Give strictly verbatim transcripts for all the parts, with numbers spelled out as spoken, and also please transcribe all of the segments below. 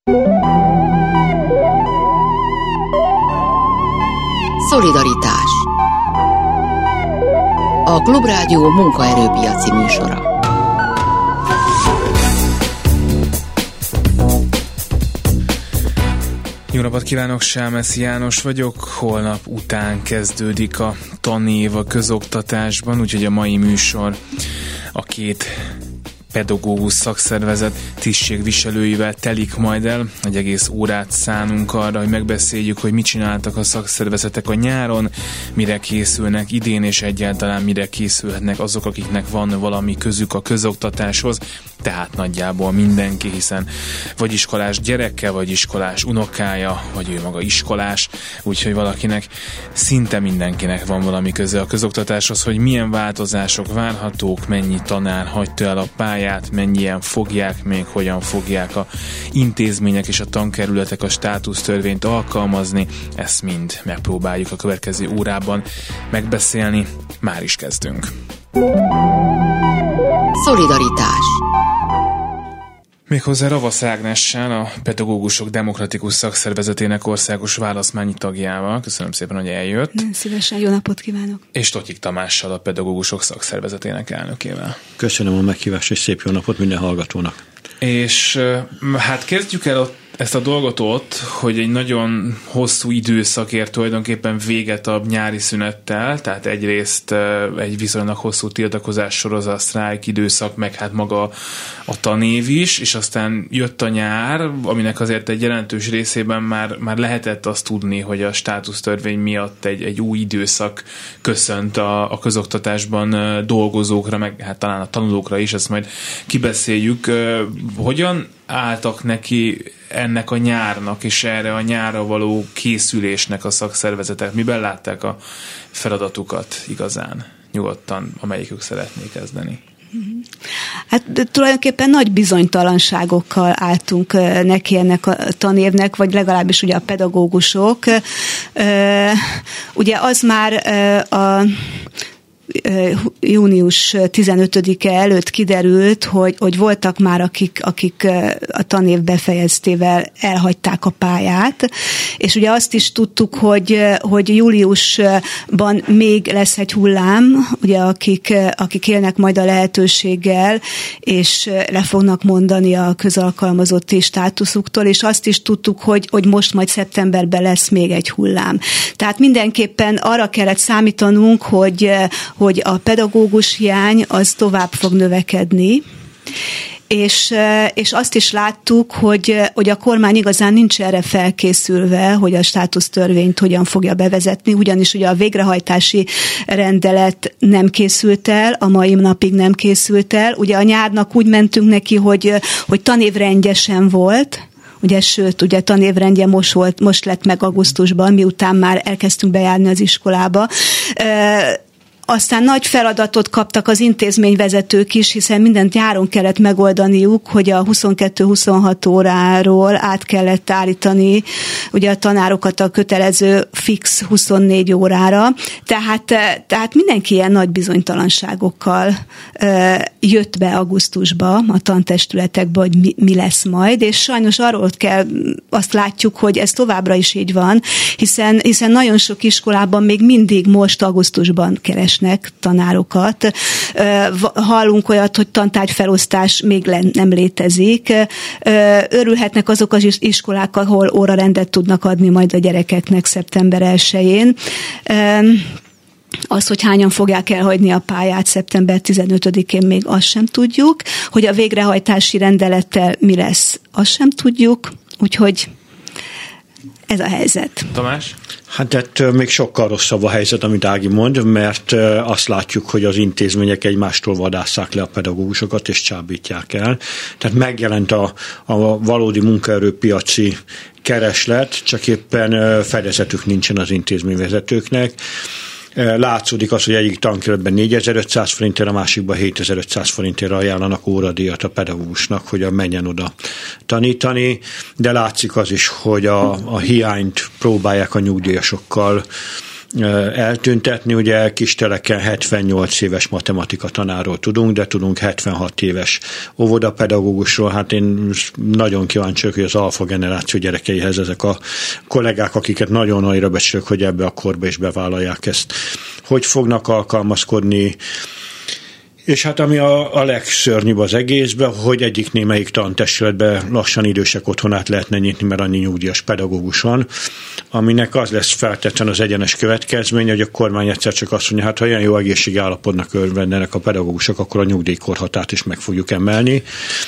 Szolidaritás. A Klubrádió munkaerőpiaci műsora. Jó napot kívánok, Sámeszi János vagyok. Holnap után kezdődik a tanév a közoktatásban, úgyhogy a mai műsor a két pedagógus szakszervezet tisztségviselőivel telik majd el. Egy egész órát szánunk arra, hogy megbeszéljük, hogy mit csináltak a szakszervezetek a nyáron, mire készülnek idén, és egyáltalán mire készülhetnek azok, akiknek van valami közük a közoktatáshoz. Tehát nagyjából mindenki, hiszen vagy iskolás gyereke, vagy iskolás unokája, vagy ő maga iskolás, úgyhogy valakinek, szinte mindenkinek van valami köze a közoktatáshoz, hogy milyen változások várhatók, mennyi tanár hagyta el a pályát, mennyien fogják, még hogyan fogják a intézmények és a tankerületek a státusztörvényt alkalmazni, ezt mind megpróbáljuk a következő órában megbeszélni. Már is kezdünk. Szolidaritás. Méghozzá Ravasz Ágnessel, a Pedagógusok Demokratikus Szakszervezetének országos választmányi tagjával. Köszönöm szépen, hogy eljött. Nagyon szívesen, jó napot kívánok. És Totyik Tamással, a Pedagógusok Szakszervezetének elnökével. Köszönöm a meghívást, és szép jó napot minden hallgatónak. És hát kezdjük el ott ezt a dolgot ott, hogy egy nagyon hosszú időszakért tulajdonképpen véget a nyári szünettel, tehát egyrészt egy viszonylag hosszú tiltakozás sorozat, sztrájk időszak, meg hát maga a tanév is, és aztán jött a nyár, aminek azért egy jelentős részében már, már lehetett azt tudni, hogy a státusztörvény miatt egy, egy új időszak köszönt a, a közoktatásban dolgozókra, meg hát talán a tanulókra is, ezt majd kibeszéljük. Hogyan álltak neki ennek a nyárnak, és erre a nyárra való készülésnek a szakszervezetek? Miben látták a feladatukat igazán? Nyugodtan, amelyikük szeretné kezdeni. Hát tulajdonképpen nagy bizonytalanságokkal álltunk neki ennek a tanévnek, vagy legalábbis ugye a pedagógusok. Ugye az már a június tizenötödike előtt kiderült, hogy, hogy voltak már, akik, akik a tanév befejeztével elhagyták a pályát, és ugye azt is tudtuk, hogy, hogy júliusban még lesz egy hullám, ugye akik, akik élnek majd a lehetőséggel, és le fognak mondani a közalkalmazotti státuszuktól, és azt is tudtuk, hogy, hogy most majd szeptemberben lesz még egy hullám. Tehát mindenképpen arra kellett számítanunk, hogy hogy a pedagógus hiány az tovább fog növekedni, és, és azt is láttuk, hogy, hogy a kormány igazán nincs erre felkészülve, hogy a státusztörvényt hogyan fogja bevezetni, ugyanis ugye a végrehajtási rendelet nem készült el, a mai napig nem készült el. Ugye a nyárnak úgy mentünk neki, hogy, hogy tanévrendje sem volt, ugye, sőt, ugye tanévrendje most volt, most lett meg augusztusban, miután már elkezdtünk bejárni az iskolába. Aztán nagy feladatot kaptak az intézményvezetők is, hiszen mindent nyáron kellett megoldaniuk, hogy a huszonkettő-huszonhat óráról át kellett állítani ugye a tanárokat a kötelező fix huszonnégy órára. Tehát, tehát mindenki ilyen nagy bizonytalanságokkal jött be augusztusba a tantestületekbe, hogy mi, mi lesz majd, és sajnos arról kell, azt látjuk, hogy ez továbbra is így van, hiszen, hiszen nagyon sok iskolában még mindig most augusztusban keres tanárokat. Hallunk olyat, hogy tantárgyfelosztás még nem létezik. Örülhetnek azok az iskolák, ahol órarendet tudnak adni majd a gyerekeknek szeptember elsején. Az, hogy hányan fogják elhagyni a pályát szeptember tizenötödikén, még azt sem tudjuk. Hogy a végrehajtási rendelettel mi lesz, azt sem tudjuk. Úgyhogy ez a helyzet. Tamás? Hát ettől még sokkal rosszabb a helyzet, amit Ági mond, mert azt látjuk, hogy az intézmények egymástól vadásszák le a pedagógusokat és csábítják el. Tehát megjelent a, a valódi munkaerőpiaci kereslet, csak éppen fedezetük nincsen az intézményvezetőknek. Látszódik az, hogy egyik tankerületben négyezer-ötszáz forintért, a másikban hétezer-ötszáz forintért ajánlanak óradíjat a pedagógusnak, hogy menjen oda tanítani, de látszik az is, hogy a, a hiányt próbálják a nyugdíjasokkal eltüntetni. Ugye Kisteleken hetvennyolc éves matematika tanárról tudunk, de tudunk hetvenhat éves óvodapedagógusról. Hát én nagyon kíváncsi vagyok, hogy az alfa generáció gyerekeihez ezek a kollégák, akiket nagyon nagyra becsülök, hogy ebbe a korba is bevállalják ezt, hogy fognak alkalmazkodni. És hát ami a, a legszörnyűbb az egészben, hogy egyik némelyik tantestületben lassan idősek otthonát lehetne nyitni, mert annyi nyugdíjas pedagógus van, aminek az lesz feltétlenül az egyenes következmény, hogy a kormány egyszer csak azt mondja, hát ha ilyen jó egészségi állapotnak örvendenek a pedagógusok, akkor a nyugdíjkorhatárt is meg fogjuk emelni.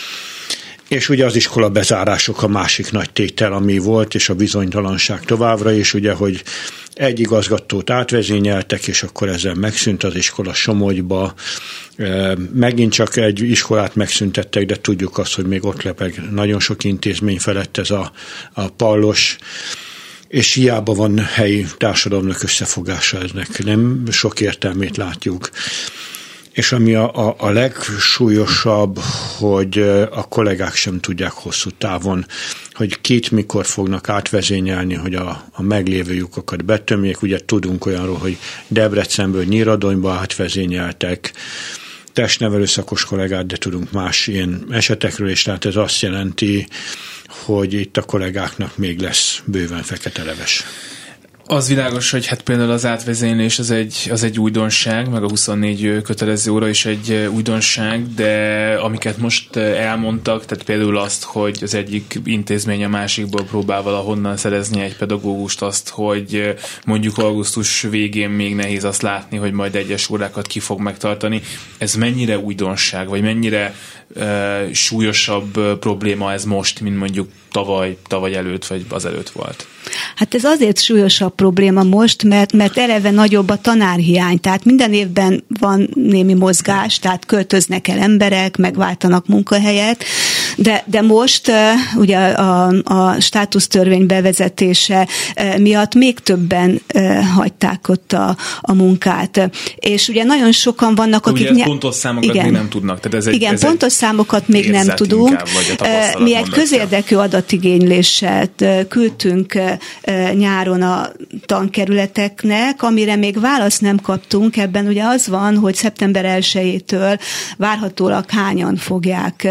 És ugye az iskola bezárások a másik nagy tétel, ami volt, és a bizonytalanság továbbra is, ugye, hogy egy igazgatót átvezényeltek, és akkor ezzel megszűnt az iskola Somogyba. Megint csak egy iskolát megszüntettek, de tudjuk azt, hogy még ott lepeg nagyon sok intézmény felett ez a, a pallos, és hiába van helyi társadalomnak összefogása, eznek nem sok értelmét látjuk. És ami a, a, a legsúlyosabb, hogy a kollégák sem tudják hosszú távon, hogy kit mikor fognak átvezényelni, hogy a, a meglévő lyukokat betömjék. Ugye tudunk olyanról, hogy Debrecenből Nyíradonyba átvezényeltek testnevelő szakos kollégát, de tudunk más ilyen esetekről is, tehát ez azt jelenti, hogy itt a kollégáknak még lesz bőven fekete leves. Az világos, hogy hát például az átvezénylés az egy, az egy újdonság, meg a huszonnégy kötelező óra is egy újdonság, de amiket most elmondtak, tehát például azt, hogy az egyik intézmény a másikból próbál valahonnan szerezni egy pedagógust, azt, hogy mondjuk augusztus végén még nehéz azt látni, hogy majd egyes órákat ki fog megtartani. Ez mennyire újdonság, vagy mennyire uh, súlyosabb probléma ez most, mint mondjuk tavaly, tavaly előtt, vagy azelőtt volt? Hát ez azért súlyosabb probléma most, mert, mert eleve nagyobb a tanárhiány, tehát minden évben van némi mozgás, tehát költöznek el emberek, megváltanak munkahelyet, de, de most ugye a, a státusztörvény bevezetése miatt még többen hagyták ott a, a munkát. És ugye nagyon sokan vannak, akik... Ugye pontos számokat igen, még nem tudnak. Tehát ez egy, igen, ez pontos egy számokat még nem tudunk. Inkább, mi egy közérdekű adatigényléssel küldtünk nyáron a tankerületeknek, amire még választ nem kaptunk. Ebben ugye az van, hogy szeptember elsejétől várhatólag hányan fogják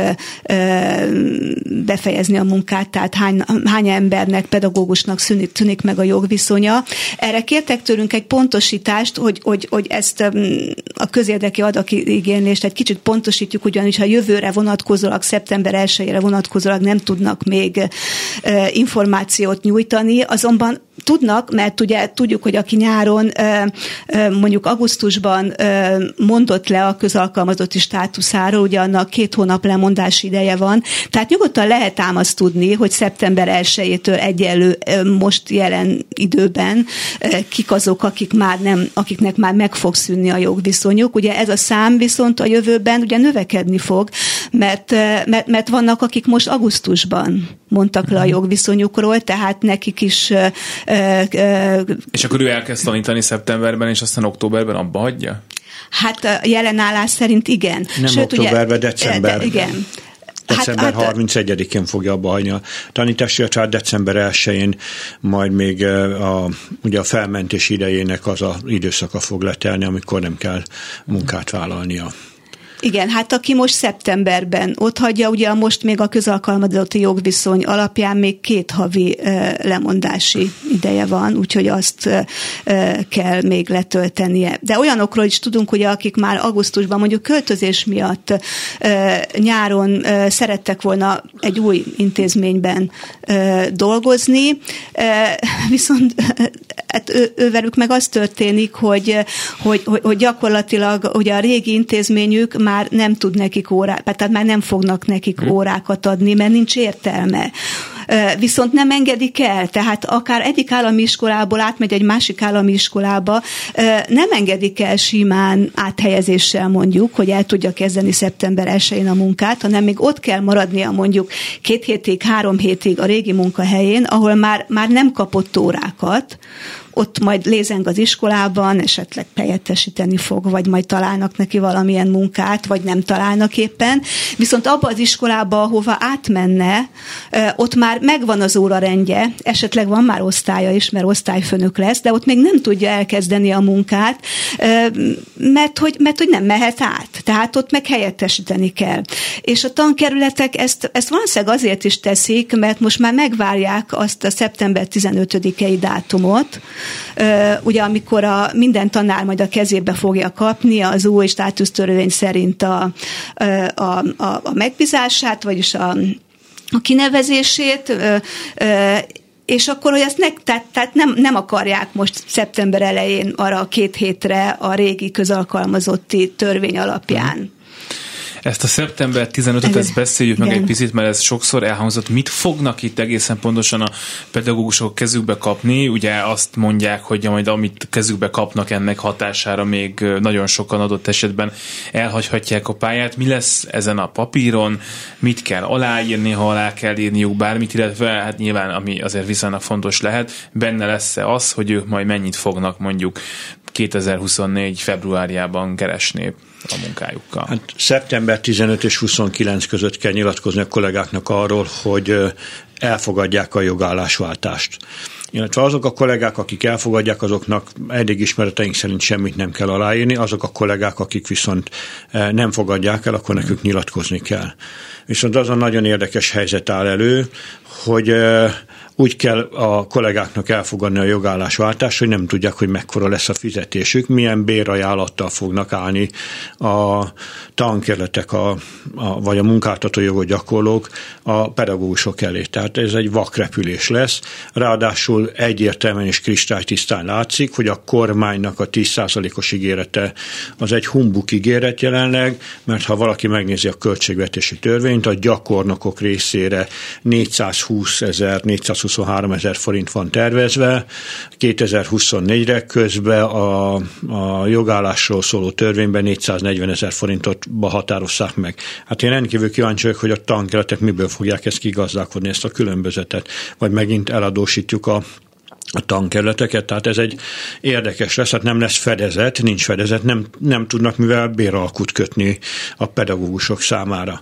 befejezni a munkát, tehát hány, hány embernek, pedagógusnak szűnik, tűnik meg a jogviszonya. Erre kértek tőlünk egy pontosítást, hogy, hogy, hogy ezt a közérdekű adatigénylést egy kicsit pontosítjuk, ugyanis a jövőre vonatkozólag, szeptember elsejére vonatkozólag nem tudnak még információt nyújtani, azonban tudnak, mert ugye tudjuk, hogy aki nyáron, mondjuk augusztusban mondott le a közalkalmazotti státuszáról, ugye annak két hónap lemondási ideje van, tehát nyugodtan lehet ám azt tudni, hogy szeptember elsejétől egyenlő most jelen időben kik azok, akik már nem, akiknek már meg fog szűnni a jogviszonyuk. Ugye ez a szám viszont a jövőben ugye növekedni fog, mert, mert, mert vannak, akik most augusztusban mondtak le a jogviszonyukról, tehát nekik is... És akkor ő elkezd tanítani szeptemberben, és aztán októberben abba hagyja? Hát jelen állás szerint igen. Nem Sőt, októberben, ugye, decemberben. De, igen. December hát, harmincegyedikén fogja abba hagyni a tanítást, illetve december elsején majd még a, ugye a felmentés idejének az a időszaka fog letelni, amikor nem kell munkát vállalnia. Igen, hát aki most szeptemberben otthagyja, ugye most még a közalkalmazotti jogviszony alapján még két havi uh, lemondási ideje van, úgyhogy azt uh, kell még letöltenie. De olyanokról is tudunk, ugye, akik már augusztusban mondjuk költözés miatt uh, nyáron uh, szerettek volna egy új intézményben uh, dolgozni, uh, viszont uh, hát ő, ővelük meg az történik, hogy, hogy, hogy, hogy gyakorlatilag ugye a régi intézményük már már nem tud nekik órát, tehát már nem fognak nekik hmm. órákat adni, mert nincs értelme. Viszont nem engedik el, tehát akár egyik állami iskolából átmegy egy másik állami iskolába, nem engedik el simán áthelyezéssel mondjuk, hogy el tudja kezdeni szeptember elsején a munkát, hanem még ott kell maradnia mondjuk két hétig, három hétig a régi munkahelyén, ahol már, már nem kapott órákat, ott majd lézeng az iskolában, esetleg helyettesíteni fog, vagy majd találnak neki valamilyen munkát, vagy nem találnak éppen. Viszont abba az iskolába, ahova átmenne, ott már megvan az órarendje, esetleg van már osztálya is, mert osztályfőnök lesz, de ott még nem tudja elkezdeni a munkát, mert hogy, mert hogy nem mehet át. Tehát ott meg helyettesíteni kell. És a tankerületek ezt, ezt valószínűleg azért is teszik, mert most már megvárják azt a szeptember tizenötödikei dátumot, ugye amikor a, minden tanár majd a kezébe fogja kapni az új státusztörvény szerint a, a, a, a megbízását, vagyis a, a kinevezését, és akkor, hogy ezt ne, tehát, tehát nem, nem akarják most szeptember elején arra a két hétre a régi közalkalmazotti törvény alapján. Ezt a szeptember tizenötöt, ezt beszéljük meg egy picit, mert ez sokszor elhangzott. Mit fognak itt egészen pontosan a pedagógusok kezükbe kapni? Ugye azt mondják, hogy majd amit kezükbe kapnak, ennek hatására még nagyon sokan adott esetben elhagyhatják a pályát. Mi lesz ezen a papíron? Mit kell aláírni, ha alá kell írniuk bármit, illetve hát nyilván, ami azért viszonylag fontos lehet, benne lesz-e az, hogy ők majd mennyit fognak mondjuk kétezer-huszonnégy februárjában keresni a munkájukkal? Hát szeptember tizenöt és huszonkilenc között kell nyilatkozni a kollégáknak arról, hogy elfogadják a jogállásváltást. Illetve azok a kollégák, akik elfogadják, azoknak eddig ismereteink szerint semmit nem kell aláírni, azok a kollégák, akik viszont nem fogadják el, akkor nekük nyilatkozni kell. Viszont azon nagyon érdekes helyzet áll elő, hogy úgy kell a kollégáknak elfogadni a jogállásváltást, hogy nem tudják, hogy mekkora lesz a fizetésük, milyen bérajánlattal fognak állni a tankerületek, a, a, vagy a munkáltató jogot gyakorlók a pedagógusok elé. Tehát ez egy vakrepülés lesz. Ráadásul egyértelműen és kristálytisztán látszik, hogy a kormánynak a tíz százalékos ígérete az egy humbuk ígéret jelenleg, mert ha valaki megnézi a költségvetési törvényt, a gyakornokok részére négyszázhúszezer, négyszázhuszonhárom ezer forint van tervezve, kétezer-huszonnégyre közben a, a jogállásról szóló törvényben négyszáznegyven ezer forintotba határozzák meg. Hát én rendkívül kíváncsi vagyok, hogy a tankerületek miből fogják ezt kigazdálkodni, ezt a különbözetet, vagy megint eladósítjuk a a tankerületeket, tehát ez egy érdekes lesz, hát nem lesz fedezet, nincs fedezet, nem, nem tudnak mivel béralkut kötni a pedagógusok számára.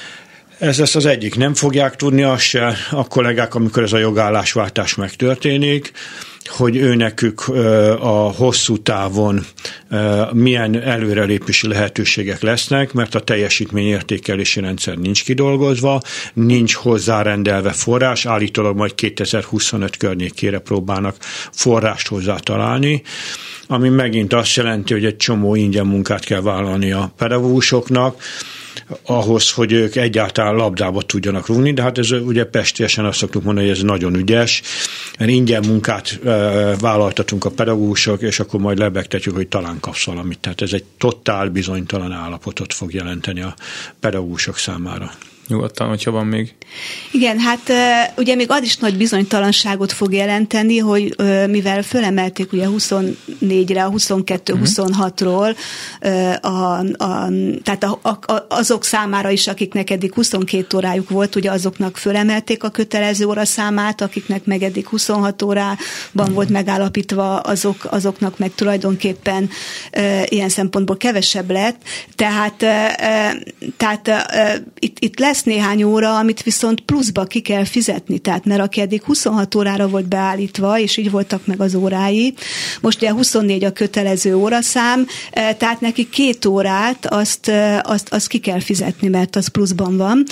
Ez lesz az egyik. Nem fogják tudni azt se a kollégák, amikor ez a jogállásváltás megtörténik, hogy őnekük a hosszú távon milyen előrelépési lehetőségek lesznek, mert a teljesítményértékelési rendszer nincs kidolgozva, nincs hozzárendelve forrás, állítólag majd kétezer-huszonöt környékére próbálnak forrást hozzá találni, ami megint azt jelenti, hogy egy csomó ingyen munkát kell vállalni a pedagógusoknak, ahhoz, hogy ők egyáltalán labdába tudjanak rúgni, de hát ez ugye pestiesen azt szoktuk mondani, hogy ez nagyon ügyes, mert ingyen munkát e, vállaltatunk a pedagógusok, és akkor majd lebegtetjük, hogy talán kapsz valamit. Tehát ez egy totál bizonytalan állapotot fog jelenteni a pedagógusok számára. Nyugodtan, hogyha van még. Igen, hát ugye még az is nagy bizonytalanságot fog jelenteni, hogy mivel fölemelték ugye huszonnégyre, a huszonkettő huszonhatról, a, a, tehát a, a, azok számára is, akiknek eddig huszonkét órájuk volt, ugye azoknak fölemelték a kötelező óraszámát, akiknek meg eddig huszonhat órában uh-huh. volt megállapítva, azok, azoknak meg tulajdonképpen e, ilyen szempontból kevesebb lett. Tehát, e, tehát e, itt, itt lesz néhány óra, amit viszont pluszba ki kell fizetni, tehát mert aki eddig huszonhat órára volt beállítva, és így voltak meg az órái, most ugye huszonnégy a kötelező óraszám, tehát neki két órát azt, azt, azt ki kell fizetni, mert az pluszban van.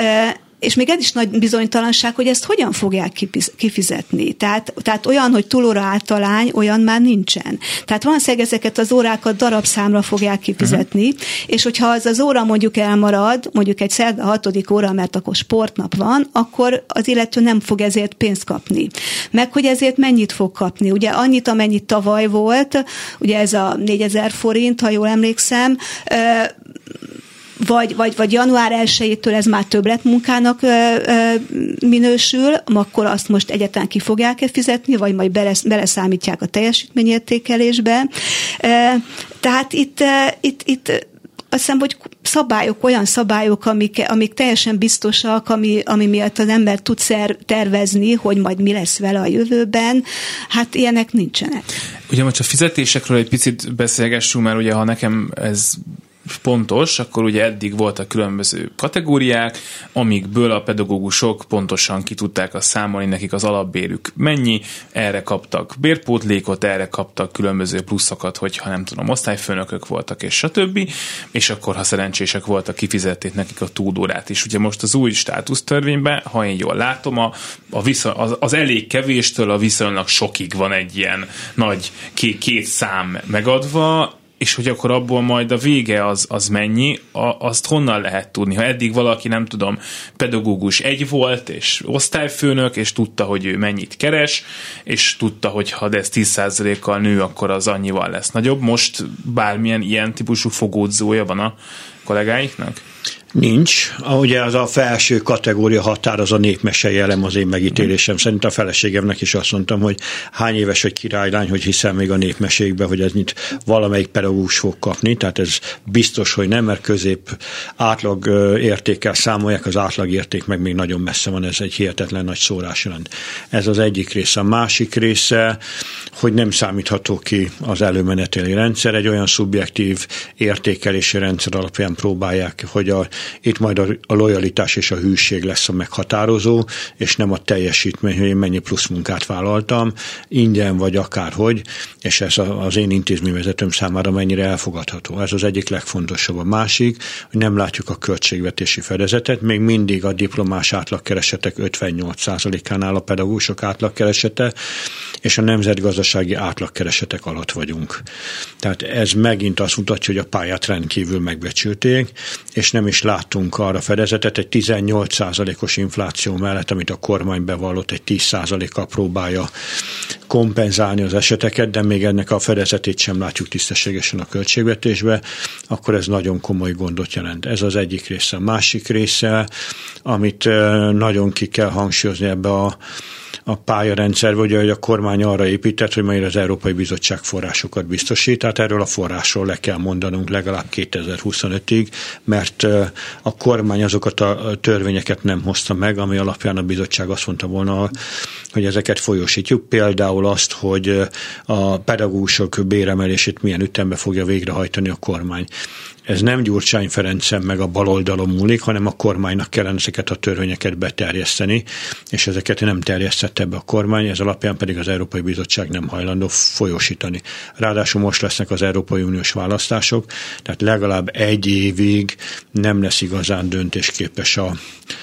És még ez is nagy bizonytalanság, hogy ezt hogyan fogják kifizetni. Tehát, tehát olyan, hogy túlóra általány, olyan már nincsen. Tehát valószínűleg ezeket az órákat darabszámra fogják kifizetni, uh-huh. és hogyha az az óra mondjuk elmarad, mondjuk egy szerda hatodik óra, mert akkor sportnap van, akkor az illető nem fog ezért pénzt kapni. Meg hogy ezért mennyit fog kapni. Ugye annyit, amennyit tavaly volt, ugye ez a négyezer forint, ha jól emlékszem, Vagy, vagy, vagy január elsejétől ez már többletmunkának ö, ö, minősül, akkor azt most egyáltalán ki fogják-e fizetni, vagy majd belesz, beleszámítják a teljesítményértékelésbe. E, tehát itt, itt, itt azt hiszem, hogy szabályok, olyan szabályok, amik, amik teljesen biztosak, ami, ami miatt az ember tud szer, tervezni, hogy majd mi lesz vele a jövőben, hát ilyenek nincsenek. Ugye most a fizetésekről egy picit beszélgessünk, mert ugye ha nekem ez pontos, akkor ugye eddig voltak különböző kategóriák, amikből a pedagógusok pontosan ki tudták azt számolni, nekik az alapbérük mennyi, erre kaptak bérpótlékot, erre kaptak különböző pluszokat, hogyha nem tudom, osztályfőnökök voltak, és stb. És akkor, ha szerencsések voltak, kifizették nekik a túlórát is. Ugye most az új státusztörvényben, ha én jól látom, a, a viszony, az, az elég kevéstől a viszonylag sokig van egy ilyen nagy két, két szám megadva, és hogy akkor abból majd a vége az, az mennyi, a, azt honnan lehet tudni? Ha eddig valaki, nem tudom, pedagógus egy volt, és osztályfőnök, és tudta, hogy ő mennyit keres, és tudta, hogy ha ez tíz százalékkal nő, akkor az annyival lesz nagyobb. Most bármilyen ilyen típusú fogódzója van a kollégáiknak? Nincs. Ugye az a felső kategória határ, az a népmesei elem az én megítélésem. Szerint a feleségemnek is azt mondtam, hogy hány éves vagy királylány, hogy hiszel még a népmesékbe, hogy ez nyit valamelyik pedagógus fog kapni. Tehát ez biztos, hogy nem, mert közép átlag értékkel számolják, az átlag érték meg még nagyon messze van, ez egy hihetetlen nagy szórásrend. Ez az egyik része. A másik része, hogy nem számítható ki az előmeneteli rendszer, egy olyan szubjektív értékelési rendszer alapján próbálják, hogy a itt majd a, a lojalitás és a hűség lesz a meghatározó, és nem a teljesítmény, hogy én mennyi plusz munkát vállaltam, ingyen vagy akárhogy, és ez az én intézményvezetőm számára mennyire elfogadható. Ez az egyik legfontosabb. A másik, hogy nem látjuk a költségvetési fedezetet, még mindig a diplomás átlagkeresetek ötvennyolc százalékánál a pedagógusok átlagkeresete, és a nemzetgazdasági átlagkeresetek alatt vagyunk. Tehát ez megint azt mutatja, hogy a pályát rendkívül megbecsülték, és nem is láttunk arra fedezetet, egy tizennyolc százalékos infláció mellett, amit a kormány bevallott, egy tíz százalékkal próbálja kompenzálni az eseteket, de még ennek a fedezetét sem látjuk tisztességesen a költségvetésbe, akkor ez nagyon komoly gondot jelent. Ez az egyik része. A másik része, amit nagyon ki kell hangsúlyozni ebbe a a pályarendszerbe, ugye, hogy a kormány arra épített, hogy majd az Európai Bizottság forrásokat biztosít, tehát erről a forrásról le kell mondanunk legalább kétezer-huszonötig, mert a kormány azokat a törvényeket nem hozta meg, ami alapján a bizottság azt mondta volna, hogy ezeket folyósítjuk. Például azt, hogy a pedagógusok béremelését milyen ütemben fogja végrehajtani a kormány. Ez nem Gyurcsány Ferencen meg a baloldalon múlik, hanem a kormánynak kellene ezeket a törvényeket beterjeszteni, és ezeket nem terjesztette be a kormány, ez alapján pedig az Európai Bizottság nem hajlandó folyósítani. Ráadásul most lesznek az Európai Uniós választások, tehát legalább egy évig nem lesz igazán döntésképes a,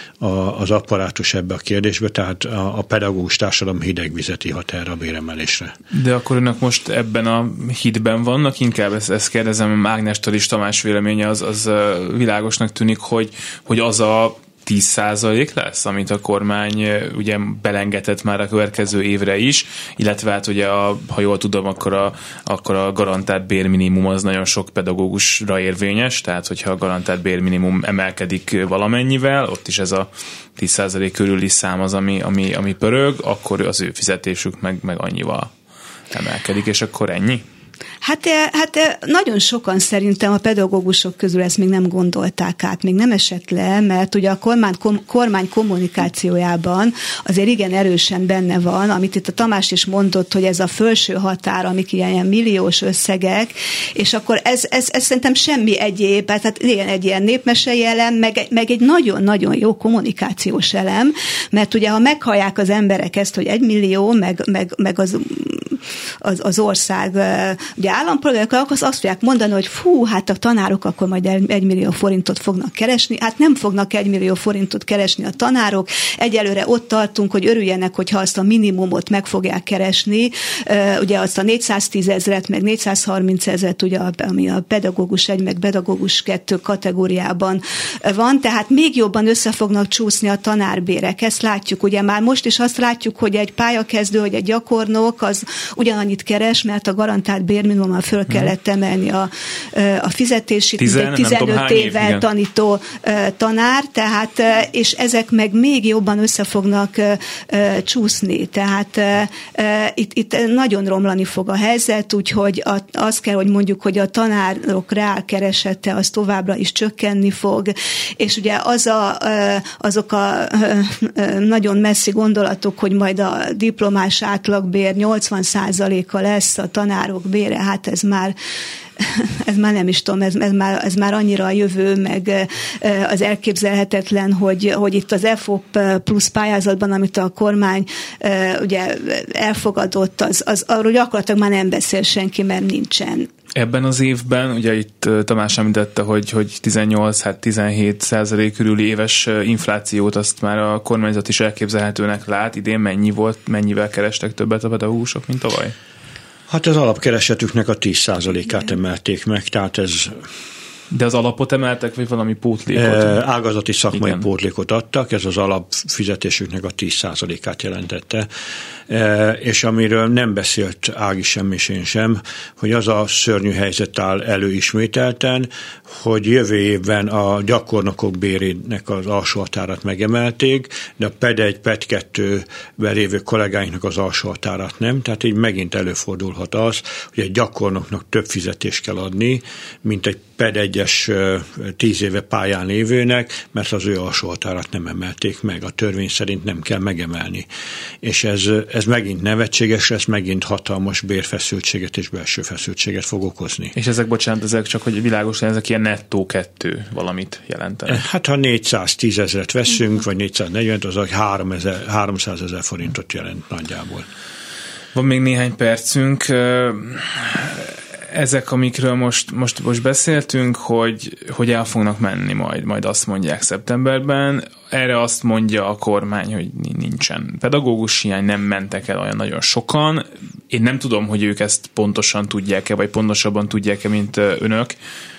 a, az apparátus ebbe a kérdésbe, tehát a, a pedagógus társadalom hideg vizet ihat erre a béremelésre. De akkor önök most ebben a hitben vannak? Inkább ezt, ezt kérdezem, Ágnestől is Tamás véleménye az, az világosnak tűnik, hogy, hogy az a tíz százalék lesz, amit a kormány ugye belengetett már a következő évre is, illetve hát ugye, a, ha jól tudom, akkor a, akkor a garantált bérminimum az nagyon sok pedagógusra érvényes, tehát hogyha a garantált bérminimum emelkedik valamennyivel, ott is ez a tíz százalék körüli szám az, ami, ami, ami pörög, akkor az ő fizetésük meg, meg annyival emelkedik, és akkor ennyi? Hát, hát nagyon sokan szerintem a pedagógusok közül ezt még nem gondolták át, még nem esett le, mert ugye a kormány, kom, kormány kommunikációjában azért igen erősen benne van, amit itt a Tamás is mondott, hogy ez a felső határ, amik ilyen milliós összegek, és akkor ez, ez, ez szerintem semmi egyéb, tehát igen, egy ilyen népmesei elem, meg, meg egy nagyon-nagyon jó kommunikációs elem, mert ugye ha meghallják az emberek ezt, hogy egy millió, meg, meg, meg az, az, az ország ugye állampolgárok, akkor azt fogják mondani, hogy fú, hát a tanárok akkor majd egy millió forintot fognak keresni. Hát nem fognak egy millió forintot keresni a tanárok. Egyelőre ott tartunk, hogy örüljenek, hogyha azt a minimumot meg fogják keresni. Ugye azt a négyszáztíz ezret, meg négyszázharminc ezret, ugye, ami a pedagógus egy, meg pedagógus kettő kategóriában van. Tehát még jobban össze fognak csúszni a tanárbérek. Ezt látjuk. Ugye már most is azt látjuk, hogy egy pályakezdő, hogy egy gyakornok, az, ugyanannyit keres, mert a garantált bérminimummal föl kellett emelni a, a fizetését, Tizen, tizenöt évvel év, tanító tanár, tehát, és ezek meg még jobban össze fognak csúszni. Tehát itt, itt nagyon romlani fog a helyzet, úgyhogy azt kell, hogy mondjuk, hogy a tanárok reálkeresete az továbbra is csökkenni fog, és ugye az a, azok a nagyon messzi gondolatok, hogy majd a diplomás átlagbér nyolcvan százaléka lesz a tanárok bére, hát ez már ez már nem is tudom, ez, ez, már, ez már annyira a jövő, meg az elképzelhetetlen, hogy, hogy itt az ef o pé plusz pályázatban, amit a kormány ugye elfogadott, az, az arról gyakorlatilag már nem beszél senki, mert nincsen. Ebben az évben, ugye itt Tamás említette, hogy, hogy tizennyolc, hát tizenhét százalék körüli éves inflációt azt már a kormányzat is elképzelhetőnek lát. Idén mennyi volt, mennyivel kerestek többet a pedagógusok, mint tavaly? Hát az alapkeresetüknek a tíz százalékát emelték meg, tehát ez... De az alapot emeltek, vagy valami pótlékot? E, ágazati szakmai Igen. pótlékot adtak, ez az alapfizetésüknek a tíz százalékát jelentette. E, és amiről nem beszélt Ági sem és én sem, hogy az a szörnyű helyzet áll elő ismételten, hogy jövő évben a gyakornokok bérének az alsó határat megemelték, de a ped egy, ped kettőben lévő kollégáinknak az alsó határat nem, tehát így megint előfordulhat az, hogy egy gyakornoknak több fizetést kell adni, mint egy ped egyes tíz éve pályán lévőnek, mert az ő alsó határat nem emelték meg. A törvény szerint nem kell megemelni. És ez, ez megint nevetséges lesz, megint hatalmas bérfeszültséget és belső feszültséget fog okozni. És ezek, bocsánat, ezek csak, hogy világos, ezek ilyen nettó kettő valamit jelentenek. Hát ha négyszáztíz ezret veszünk, vagy négyszáznegyven, az háromszázezer forintot jelent nagyjából. Van még néhány percünk. Ezek, amikről most, most, most beszéltünk, hogy, hogy el fognak menni majd, majd azt mondják szeptemberben. Erre azt mondja a kormány, hogy nincsen pedagógus hiány, nem mentek el olyan nagyon sokan. Én nem tudom, hogy ők ezt pontosan tudják-e, vagy pontosabban tudják-e, mint önök,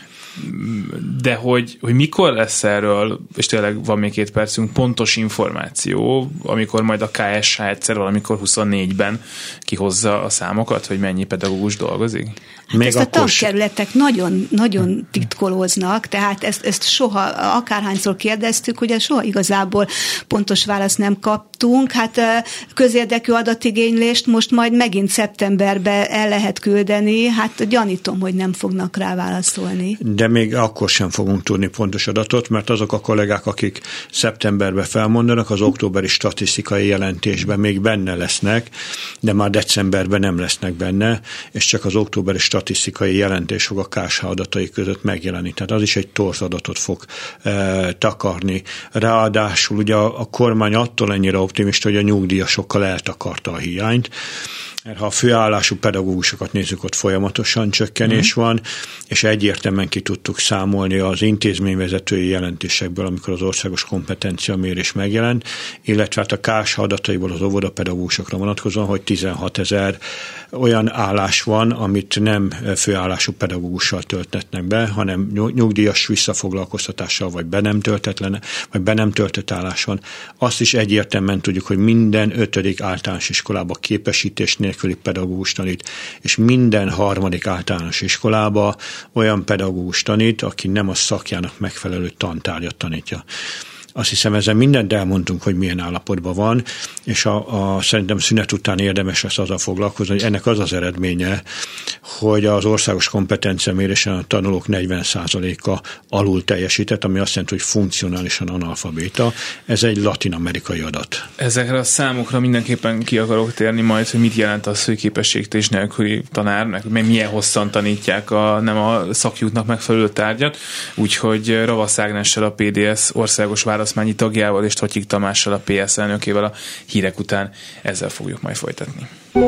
de hogy, hogy mikor lesz erről, és tényleg van még két percünk, pontos információ, amikor majd a ká es há egyszer valamikor huszonnégyben kihozza a számokat, hogy mennyi pedagógus dolgozik? Hát még ezt a tankerületek nagyon, nagyon titkolóznak, tehát ezt, ezt soha, akárhányszor kérdeztük, hogy soha igazából pontos választ nem kaptunk. Hát közérdekű adatigénylést most majd megint szeptemberben el lehet küldeni, hát gyanítom, hogy nem fognak rá válaszolni. De még akkor sem fogunk tudni pontos adatot, mert azok a kollégák, akik szeptemberben felmondanak, az októberi statisztikai jelentésben még benne lesznek, de már decemberben nem lesznek benne, és csak az októberi statisztikai jelentés fog a ká es há adatai között megjelenni. Tehát az is egy torz adatot fog e, takarni. Ráadásul ugye a, a kormány attól ennyire optimista, hogy a nyugdíjasokkal eltakarta a hiányt. Ha a főállású pedagógusokat nézzük, ott folyamatosan csökkenés mm. van, és egyértelműen ki tudtuk számolni az intézményvezetői jelentésekből, amikor az országos kompetencia mérés megjelent, illetve hát a ká es há adataiból az óvodapedagógusokra vonatkozóan, hogy tizenhat ezer olyan állás van, amit nem főállású pedagógussal töltetnek be, hanem nyugdíjas visszafoglalkoztatással, vagy be nem töltetlen, vagy be nem töltött állás van. Azt is egyértelműen tudjuk, hogy minden ötödik általános iskolában képesítés nélküli pedagógus tanít, és minden harmadik általános iskolába olyan pedagógus tanít, aki nem a szakjának megfelelő tantárgyat tanítja. Azt hiszem, ezzel mindent elmondtunk, hogy milyen állapotban van, és a, a, szerintem szünet után érdemes lesz azzal foglalkozni, hogy ennek az az eredménye, hogy az országos kompetenciamérésen a tanulók negyven százaléka alul teljesített, ami azt jelenti, hogy funkcionálisan analfabéta. Ez egy latin-amerikai adat. Ezekre a számokra mindenképpen ki akarok térni majd, hogy mit jelent az, hogy képességtés nélküli tanár, meg milyen hosszan tanítják a, nem a szakjuknak megfelelő tárgyat. Úgyhogy Ravasz Ágnessel, a pé dé es országos választmányi tagjával és Totyik Tamással, a pé es elnökével a hírek után ezzel fogjuk majd folytatni.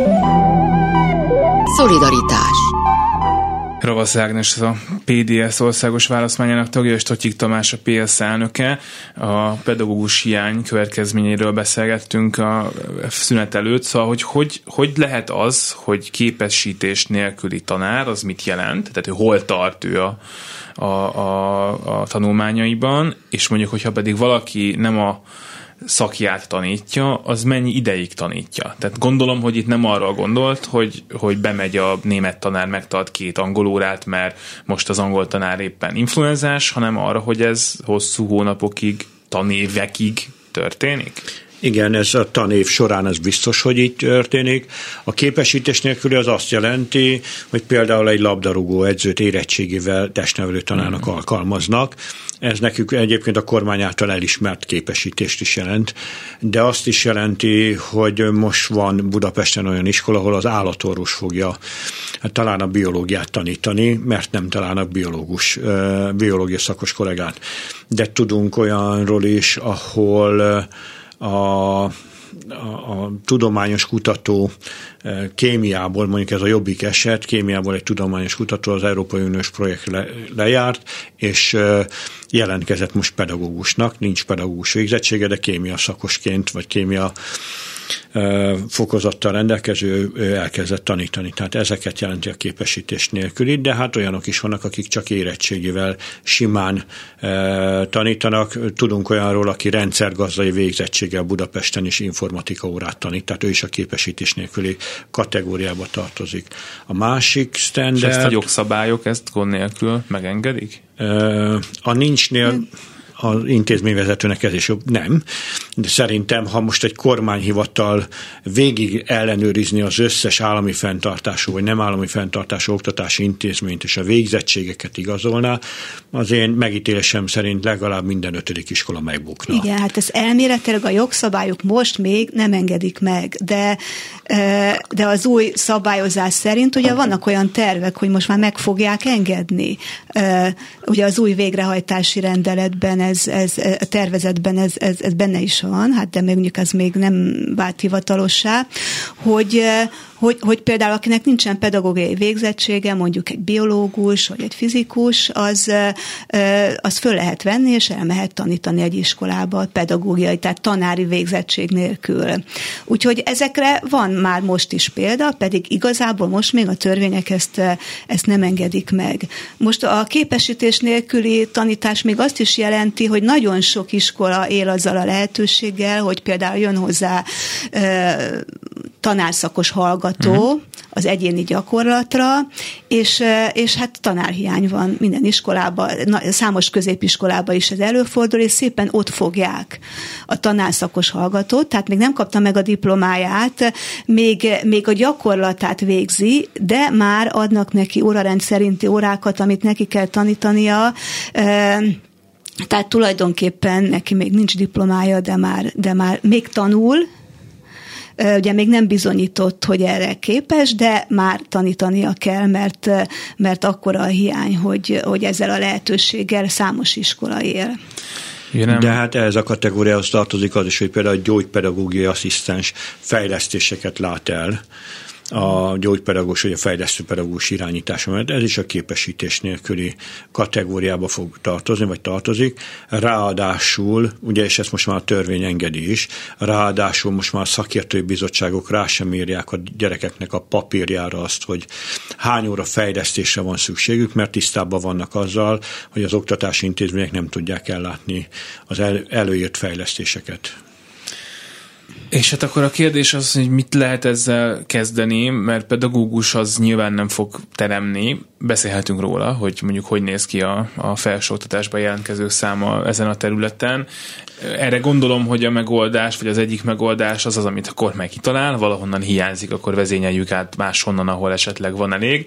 Szolidaritás. Ravasz Ágnes a pé dé es országos választmányának tagja, és Totyik Tamás a pé es elnöke. A pedagógus hiány következményéről beszélgettünk a szünet előtt, szóval hogy, hogy hogy lehet az, hogy képesítés nélküli tanár, az mit jelent? Tehát hogy hol tart ő a, a, a, a tanulmányaiban, és mondjuk, hogyha pedig valaki nem a szakját tanítja, az mennyi ideig tanítja. Tehát gondolom, hogy itt nem arra gondolt, hogy, hogy bemegy a német tanár, megtart két angol órát, mert most az angol tanár éppen influenzás, hanem arra, hogy ez hosszú hónapokig, tanévekig történik? Igen, ez a tanév során ez biztos, hogy így történik. A képesítés nélküli az azt jelenti, hogy például egy labdarúgó edzőt érettségével testnevelő tanárnak mm. alkalmaznak. Ez nekünk egyébként a kormány által elismert képesítést is jelent, de azt is jelenti, hogy most van Budapesten olyan iskola, ahol az állatorvos fogja hát talán a biológiát tanítani, mert nem találnak biológus, biológia szakos kollégát. De tudunk olyanról is, ahol A, a, a tudományos kutató kémiából, mondjuk ez a jobbik eset, kémiából egy tudományos kutató az Európai Uniós projekt le, lejárt, és jelentkezett most pedagógusnak, nincs pedagógus végzettsége, de kémia szakosként, vagy kémia fokozattal rendelkező elkezdett tanítani. Tehát ezeket jelenti a képesítés nélküli, de hát olyanok is vannak, akik csak érettségével simán tanítanak. Tudunk olyanról, aki rendszergazdai végzettséggel Budapesten is informatika órát tanít, tehát ő is a képesítés nélküli kategóriába tartozik. A másik standard... És ezt a jogszabályok ezt gond nélkül megengedik? A nincsnél... Hmm. az intézményvezetőnek ez is jobb. Nem. De szerintem, ha most egy kormányhivatal végig ellenőrizni az összes állami fenntartású, vagy nem állami fenntartású oktatási intézményt és a végzettségeket igazolná, az én megítélésem szerint legalább minden ötödik iskola megbukna. Igen, hát ez elméletileg a jogszabályok most még nem engedik meg, de, de az új szabályozás szerint ugye vannak olyan tervek, hogy most már meg fogják engedni. Ugye az új végrehajtási rendeletben Ez, ez, a tervezetben ez, ez, ez benne is van, hát de mondjuk az még nem vált hivatalossá, hogy, hogy, hogy például akinek nincsen pedagógiai végzettsége, mondjuk egy biológus vagy egy fizikus, az, az föl lehet venni, és elmehet tanítani egy iskolába pedagógiai, tehát tanári végzettség nélkül. Úgyhogy ezekre van már most is példa, pedig igazából most még a törvények ezt, ezt nem engedik meg. Most a képesítés nélküli tanítás még azt is jelenti, hogy nagyon sok iskola él azzal a lehetőséggel, hogy például jön hozzá e, tanárszakos hallgató uh-huh. az egyéni gyakorlatra, és, és hát tanárhiány van minden iskolában, számos középiskolában is ez előfordul, és szépen ott fogják a tanárszakos hallgatót, tehát még nem kapta meg a diplomáját, még, még a gyakorlatát végzi, de már adnak neki órarend szerinti órákat, amit neki kell tanítania, e, tehát tulajdonképpen neki még nincs diplomája, de már, de már még tanul, ugye még nem bizonyított, hogy erre képes, de már tanítania kell, mert, mert akkora a hiány, hogy, hogy ezzel a lehetőséggel számos iskola él. De hát ehhez a kategóriához tartozik az is, hogy például a gyógypedagógiai asszisztens fejlesztéseket lát el, a gyógypedagógus vagy a fejlesztőpedagógus irányítása, mert ez is a képesítés nélküli kategóriába fog tartozni, vagy tartozik. Ráadásul, ugye, és ezt most már a törvény engedi is, ráadásul most már a szakértői bizottságok rá sem írják a gyerekeknek a papírjára azt, hogy hány óra fejlesztésre van szükségük, mert tisztában vannak azzal, hogy az oktatási intézmények nem tudják ellátni az el, előírt fejlesztéseket. És hát akkor a kérdés az, hogy mit lehet ezzel kezdeni, mert pedagógus az nyilván nem fog teremni. Beszélhetünk róla, hogy mondjuk hogy néz ki a, a felsőoktatásban jelentkező száma ezen a területen. Erre gondolom, hogy a megoldás, vagy az egyik megoldás az az, amit a kormány kitalál, valahonnan hiányzik, akkor vezényeljük át máshonnan, ahol esetleg van elég.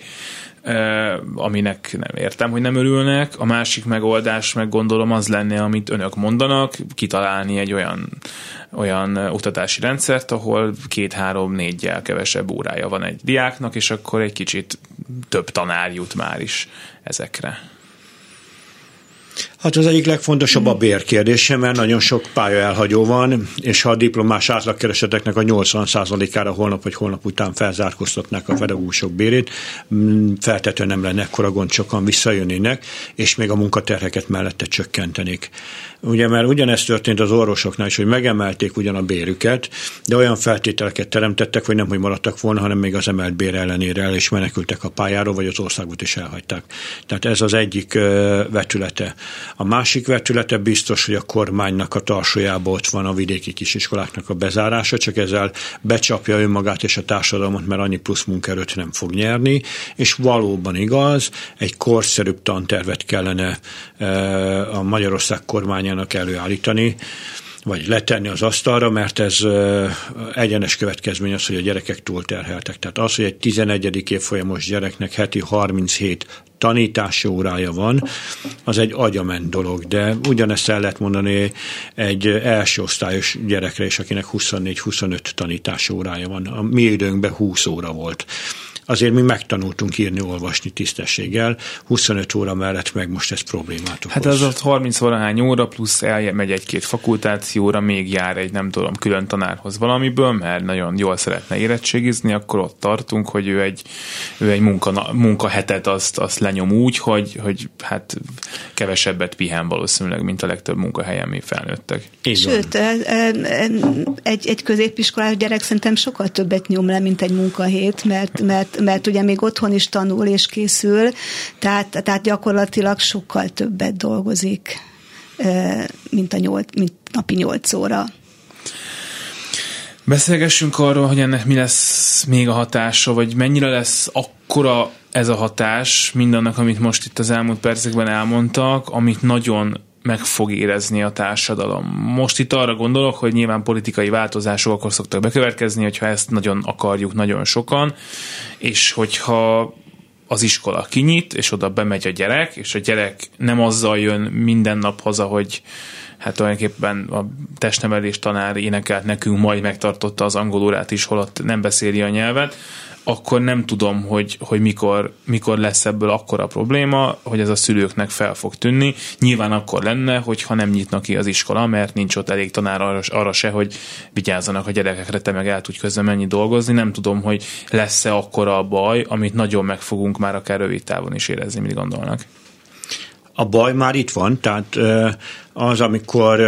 Aminek nem értem, hogy nem örülnek. A másik megoldás, meg gondolom, az lenne, amit önök mondanak, kitalálni egy olyan, olyan oktatási rendszert, ahol két-három-négyel kevesebb órája van egy diáknak, és akkor egy kicsit több tanár jut már is ezekre. Hát az egyik legfontosabb a bérkérdése, mert nagyon sok pálya elhagyó van, és ha a diplomás átlagkereseteknek a nyolcvan százalékára holnap vagy holnap után felzárkóztatnák a pedagógusok bérét, feltetően nem lenne ekkora gond, sokan visszajönnének, és még a munkaterheket mellette csökkentenék. Ugye, mert ugyanezt történt az orvosoknál is, hogy megemelték ugyan a bérüket, de olyan feltételeket teremtettek, hogy nem, hogy maradtak volna, hanem még az emelt bér ellenére el is menekültek a pályáról, vagy az országot is elhagyták. Tehát ez az egyik vetülete A másik vetülete biztos, hogy a kormánynak a tarsójában ott van a vidéki kisiskoláknak a bezárása, csak ezzel becsapja önmagát és a társadalmat, mert annyi plusz munkaerőt nem fog nyerni, és valóban igaz, egy korszerűbb tantervet kellene a Magyarország kormányának előállítani, vagy letenni az asztalra, mert ez egyenes következmény az, hogy a gyerekek túlterheltek. Tehát az, hogy egy tizenegyedik évfolyamos gyereknek heti harminchét tanítási órája van, az egy agyament dolog, de ugyanezt el lehet mondani egy első osztályos gyerekre is, akinek huszonnégy-huszonöt tanítási órája van. A mi időnkben húsz óra volt. Azért mi megtanultunk írni, olvasni tisztességgel, huszonöt óra mellett meg most ez problémát okoz. Hát az ott harminc valahány óra, plusz elmegy egy-két fakultációra, még jár egy, nem tudom, külön tanárhoz valamiből, mert nagyon jól szeretne érettségizni, akkor ott tartunk, hogy ő egy, ő egy munka, munkahetet azt, azt lenyom úgy, hogy, hogy hát kevesebbet pihen valószínűleg, mint a legtöbb munkahelyen mi felnőttek. Sőt, egy, egy középiskolás gyerek szerintem sokkal többet nyom le, mint egy munkahét, mert, mert mert ugye még otthon is tanul és készül, tehát, tehát gyakorlatilag sokkal többet dolgozik, mint, a nyolc, mint napi nyolc óra. Beszélgessünk arról, hogy ennek mi lesz még a hatása, vagy mennyire lesz akkora ez a hatás mindannak, amit most itt az elmúlt percekben elmondtak, amit nagyon meg fog érezni a társadalom. Most itt arra gondolok, hogy nyilván politikai változások akkor szoktak bekövetkezni, hogyha ezt nagyon akarjuk nagyon sokan, és hogyha az iskola kinyit, és oda bemegy a gyerek, és a gyerek nem azzal jön minden nap haza, hogy hát tulajdonképpen a testnevelés tanár énekelt nekünk, majd megtartotta az angol órát is, holott nem beszéli a nyelvet, akkor nem tudom, hogy, hogy mikor, mikor lesz ebből akkora probléma, hogy ez a szülőknek fel fog tűnni. Nyilván akkor lenne, hogyha nem nyitnak ki az iskola, mert nincs ott elég tanár arra, arra se, hogy vigyázzanak a gyerekekre, te meg el tudj közben menni dolgozni. Nem tudom, hogy lesz-e akkora a baj, amit nagyon meg fogunk már akár rövid távon is érezni, mit gondolnak. A baj már itt van, tehát az, amikor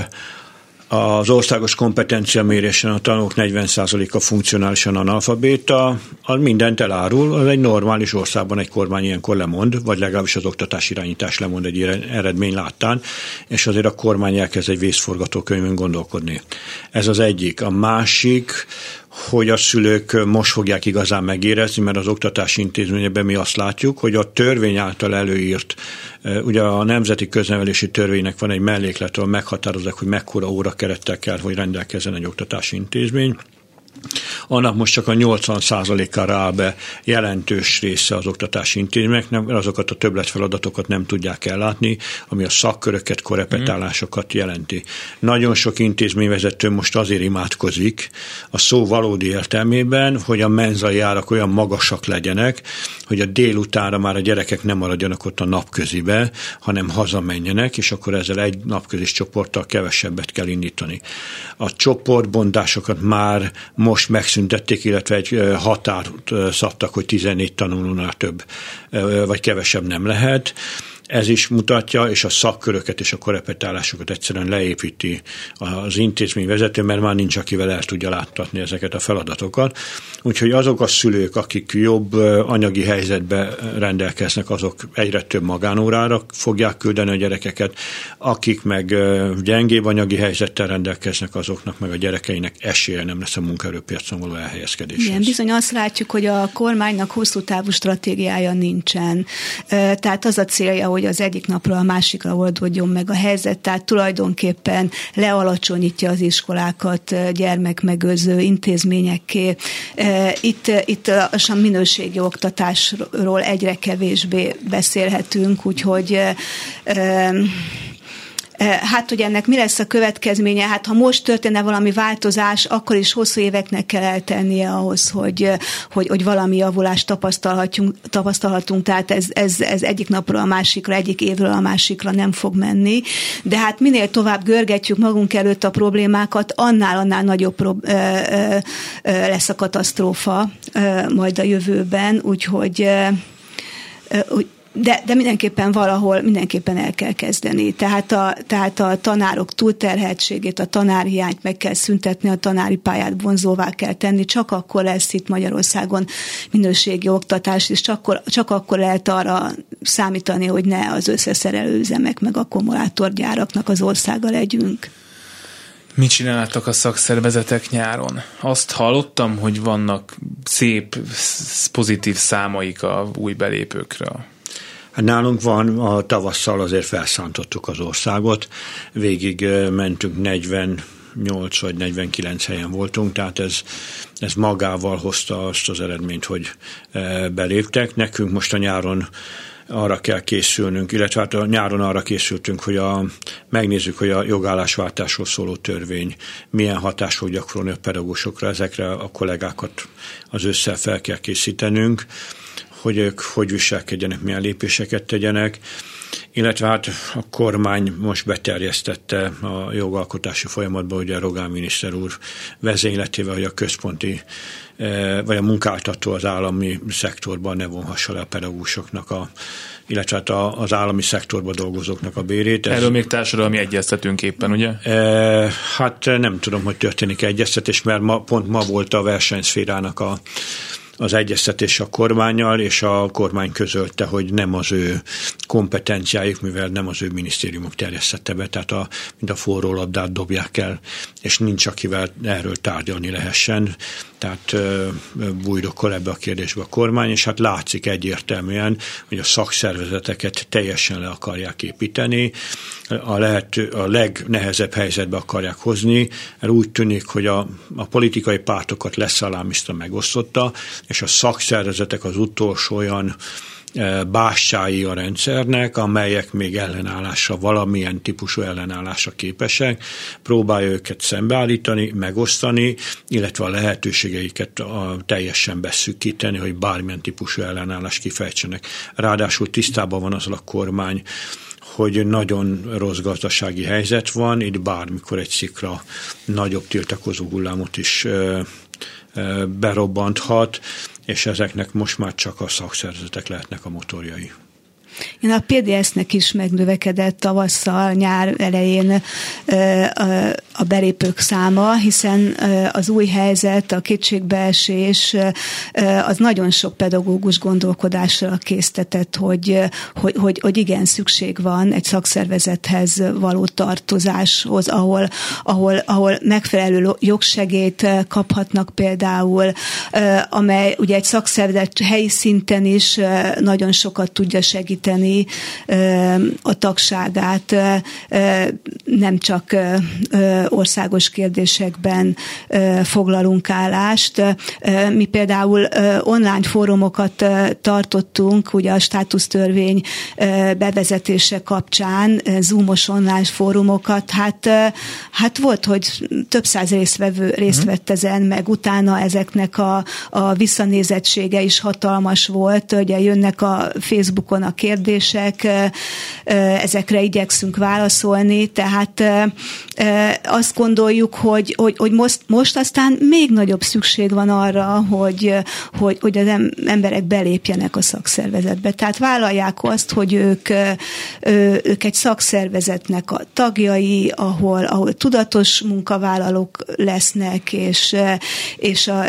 az országos kompetenciamérésen a tanulók negyven százaléka funkcionálisan analfabéta, az mindent elárul, az egy normális országban egy kormány ilyenkor lemond, vagy legalábbis az oktatás irányítás lemond egy ilyen eredmény láttán, és azért a kormány elkezd egy vészforgatókönyvön gondolkodni. Ez az egyik. A másik, hogy a szülők most fogják igazán megérezni, mert az oktatási intézményekben mi azt látjuk, hogy a törvény által előírt, ugye a Nemzeti Köznevelési Törvénynek van egy melléklet, ahol meghatározzák, hogy mekkora órakerettel kell, hogy rendelkezzen egy oktatási intézmény. Annak most csak a nyolcvan százalékára áll be jelentős része az oktatási intézményeknek, mert azokat a többletfeladatokat nem tudják ellátni, ami a szakköröket, korepetálásokat jelenti. Nagyon sok intézményvezető most azért imádkozik a szó valódi értelmében, hogy a menzai árak olyan magasak legyenek, hogy a délutánra már a gyerekek nem maradjanak ott a napközibe, hanem hazamenjenek, és akkor ezzel egy napközis csoporttal kevesebbet kell indítani. A csoportbontásokat már most megszüntették, illetve egy határt szabtak, hogy tizennégy tanulónál több vagy kevesebb nem lehet. Ez is mutatja, és a szakköröket és a korepetálásokat egyszerűen leépíti az intézményvezető, mert már nincs, akivel el tudja láttatni ezeket a feladatokat. Úgyhogy azok a szülők, akik jobb anyagi helyzetben rendelkeznek, azok egyre több magánórára fogják küldeni a gyerekeket, akik meg gyengébb anyagi helyzettel rendelkeznek, azoknak meg a gyerekeinek esélye nem lesz a munkaerőpiacon való elhelyezkedéshez. Igen, bizony azt látjuk, hogy a kormánynak hosszú távú stratégiája nincsen. Tehát az a célja, hogy az egyik napról a másikra oldódjon meg a helyzet, tehát tulajdonképpen lealacsonyítja az iskolákat gyermekmegőrző intézményekké. Itt, itt a minőségi oktatásról egyre kevésbé beszélhetünk, úgyhogy hát, hogy ennek mi lesz a következménye? Hát, ha most történne valami változás, akkor is hosszú éveknek kell eltennie ahhoz, hogy, hogy, hogy valami javulást tapasztalhatunk, tapasztalhatunk, tehát ez, ez, ez egyik napról a másikra, egyik évről a másikra nem fog menni. De hát minél tovább görgetjük magunk előtt a problémákat, annál-annál nagyobb prób- ö, ö, ö, lesz a katasztrófa ö, majd a jövőben, úgyhogy ö, ö, De, de mindenképpen valahol mindenképpen el kell kezdeni. Tehát a, tehát a tanárok túlterheltségét, a tanárhiányt meg kell szüntetni, a tanári pályát vonzóvá kell tenni, csak akkor lesz itt Magyarországon minőségi oktatás, és csak akkor, csak akkor lehet arra számítani, hogy ne az összeszerelőüzemek meg akkumulátorgyáraknak az országa legyünk. Mit csináltak a szakszervezetek nyáron? Azt hallottam, hogy vannak szép, pozitív számaik a új belépőkről. Hát nálunk van, a tavasszal azért felszántottuk az országot, végig mentünk negyvennyolc vagy negyvenkilenc helyen voltunk, tehát ez, ez magával hozta azt az eredményt, hogy beléptek. Nekünk most a nyáron arra kell készülnünk, illetve hát a nyáron arra készültünk, hogy a, megnézzük, hogy a jogállásváltásról szóló törvény milyen hatást fog gyakorolni a pedagógusokra, ezekre a kollégákat az ősszel fel kell készítenünk, hogy ők hogy viselkedjenek, milyen lépéseket tegyenek, illetve hát a kormány most beterjesztette a jogalkotási folyamatba, ugye Rogán miniszter úr vezényletével, hogy a központi vagy a munkáltató az állami szektorban ne vonhassa le a pedagógusoknak, a, illetve hát az állami szektorban dolgozóknak a bérét. Erről Ez, még társadalmi egyeztetünk éppen, ugye? E, hát nem tudom, hogy történik egyeztetés, mert ma, pont ma volt a versenyszférának a az egyeztetés a kormánnyal, és a kormány közölte, hogy nem az ő kompetenciájuk, mivel nem az ő minisztériumok terjesztette be, tehát a, mint a forró labdát dobják el, és nincs akivel erről tárgyalni lehessen. Tehát bújdokol ebbe a kérdésbe a kormány, és hát látszik egyértelműen, hogy a szakszervezeteket teljesen le akarják építeni, a, lehető, a legnehezebb helyzetbe akarják hozni, mert úgy tűnik, hogy a, a politikai pártokat leszalámizta, megosztotta, és a szakszervezetek az utolsó olyan bástyái a rendszernek, amelyek még ellenállásra, valamilyen típusú ellenállásra képesek, próbálja őket szembeállítani, megosztani, illetve a lehetőségeiket a, teljesen beszűkíteni, hogy bármilyen típusú ellenállást kifejtsenek. Ráadásul tisztában van azzal a kormány, hogy nagyon rossz gazdasági helyzet van, itt bármikor egy szikra nagyobb tiltakozó hullámot is ö, ö, berobbanthat, és ezeknek most már csak a szakszervezetek lehetnek a motorjai. Én a pé dé es-nek is megnövekedett tavasszal, nyár elején a belépők száma, hiszen az új helyzet, a kétségbeesés, az nagyon sok pedagógus gondolkodásra késztetett, hogy, hogy, hogy, hogy igen, szükség van egy szakszervezethez való tartozáshoz, ahol, ahol, ahol megfelelő jogsegélyt kaphatnak például, amely ugye egy szakszervezet helyi szinten is nagyon sokat tudja segíteni a tagságát, nem csak országos kérdésekben foglalunk állást. Mi például online fórumokat tartottunk, ugye a státusztörvény bevezetése kapcsán, zoomos online fórumokat, hát, hát volt, hogy több száz résztvevő részt vett ezen, meg utána ezeknek a, a visszanézettsége is hatalmas volt, ugye jönnek a Facebookon a kérdések, ezekre igyekszünk válaszolni, tehát azt gondoljuk, hogy, hogy, hogy most, most aztán még nagyobb szükség van arra, hogy, hogy, hogy az emberek belépjenek a szakszervezetbe. Tehát vállalják azt, hogy ők, ők egy szakszervezetnek a tagjai, ahol, ahol tudatos munkavállalók lesznek, és, és a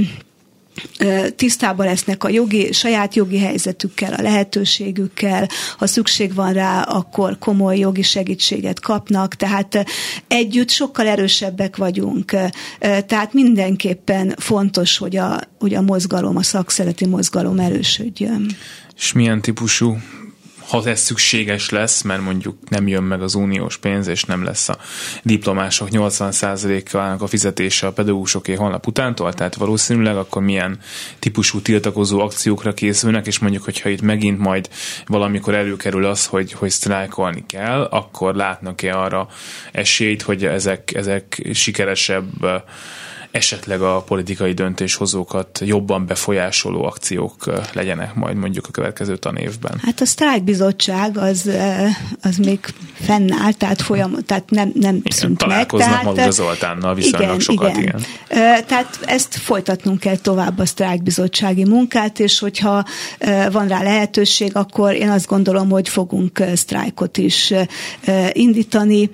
tisztában lesznek a jogi, saját jogi helyzetükkel, a lehetőségükkel, ha szükség van rá, akkor komoly jogi segítséget kapnak, tehát együtt sokkal erősebbek vagyunk. Tehát mindenképpen fontos, hogy a, hogy a mozgalom, a szakszervezeti mozgalom erősödjön. És milyen típusú, ha ez szükséges lesz, mert mondjuk nem jön meg az uniós pénz, és nem lesz a diplomások nyolcvan százalékának a fizetése a pedagógusoké holnap utántól, tehát valószínűleg akkor milyen típusú tiltakozó akciókra készülnek, és mondjuk, hogyha itt megint majd valamikor előkerül az, hogy, hogy sztrájkolni kell, akkor látnak-e arra esélyt, hogy ezek, ezek sikeresebb esetleg a politikai döntéshozókat jobban befolyásoló akciók legyenek majd mondjuk a következő tanévben? Hát a sztrájkbizottság az, az még fennáll, tehát folyam, tehát nem, nem igen, szűnt meg. Találkoznak Maluda Zoltánnal viszonylag igen, sokat, igen. igen. Tehát ezt folytatnunk kell tovább a sztrájkbizottsági munkát, és hogyha van rá lehetőség, akkor én azt gondolom, hogy fogunk sztrájkot is indítani.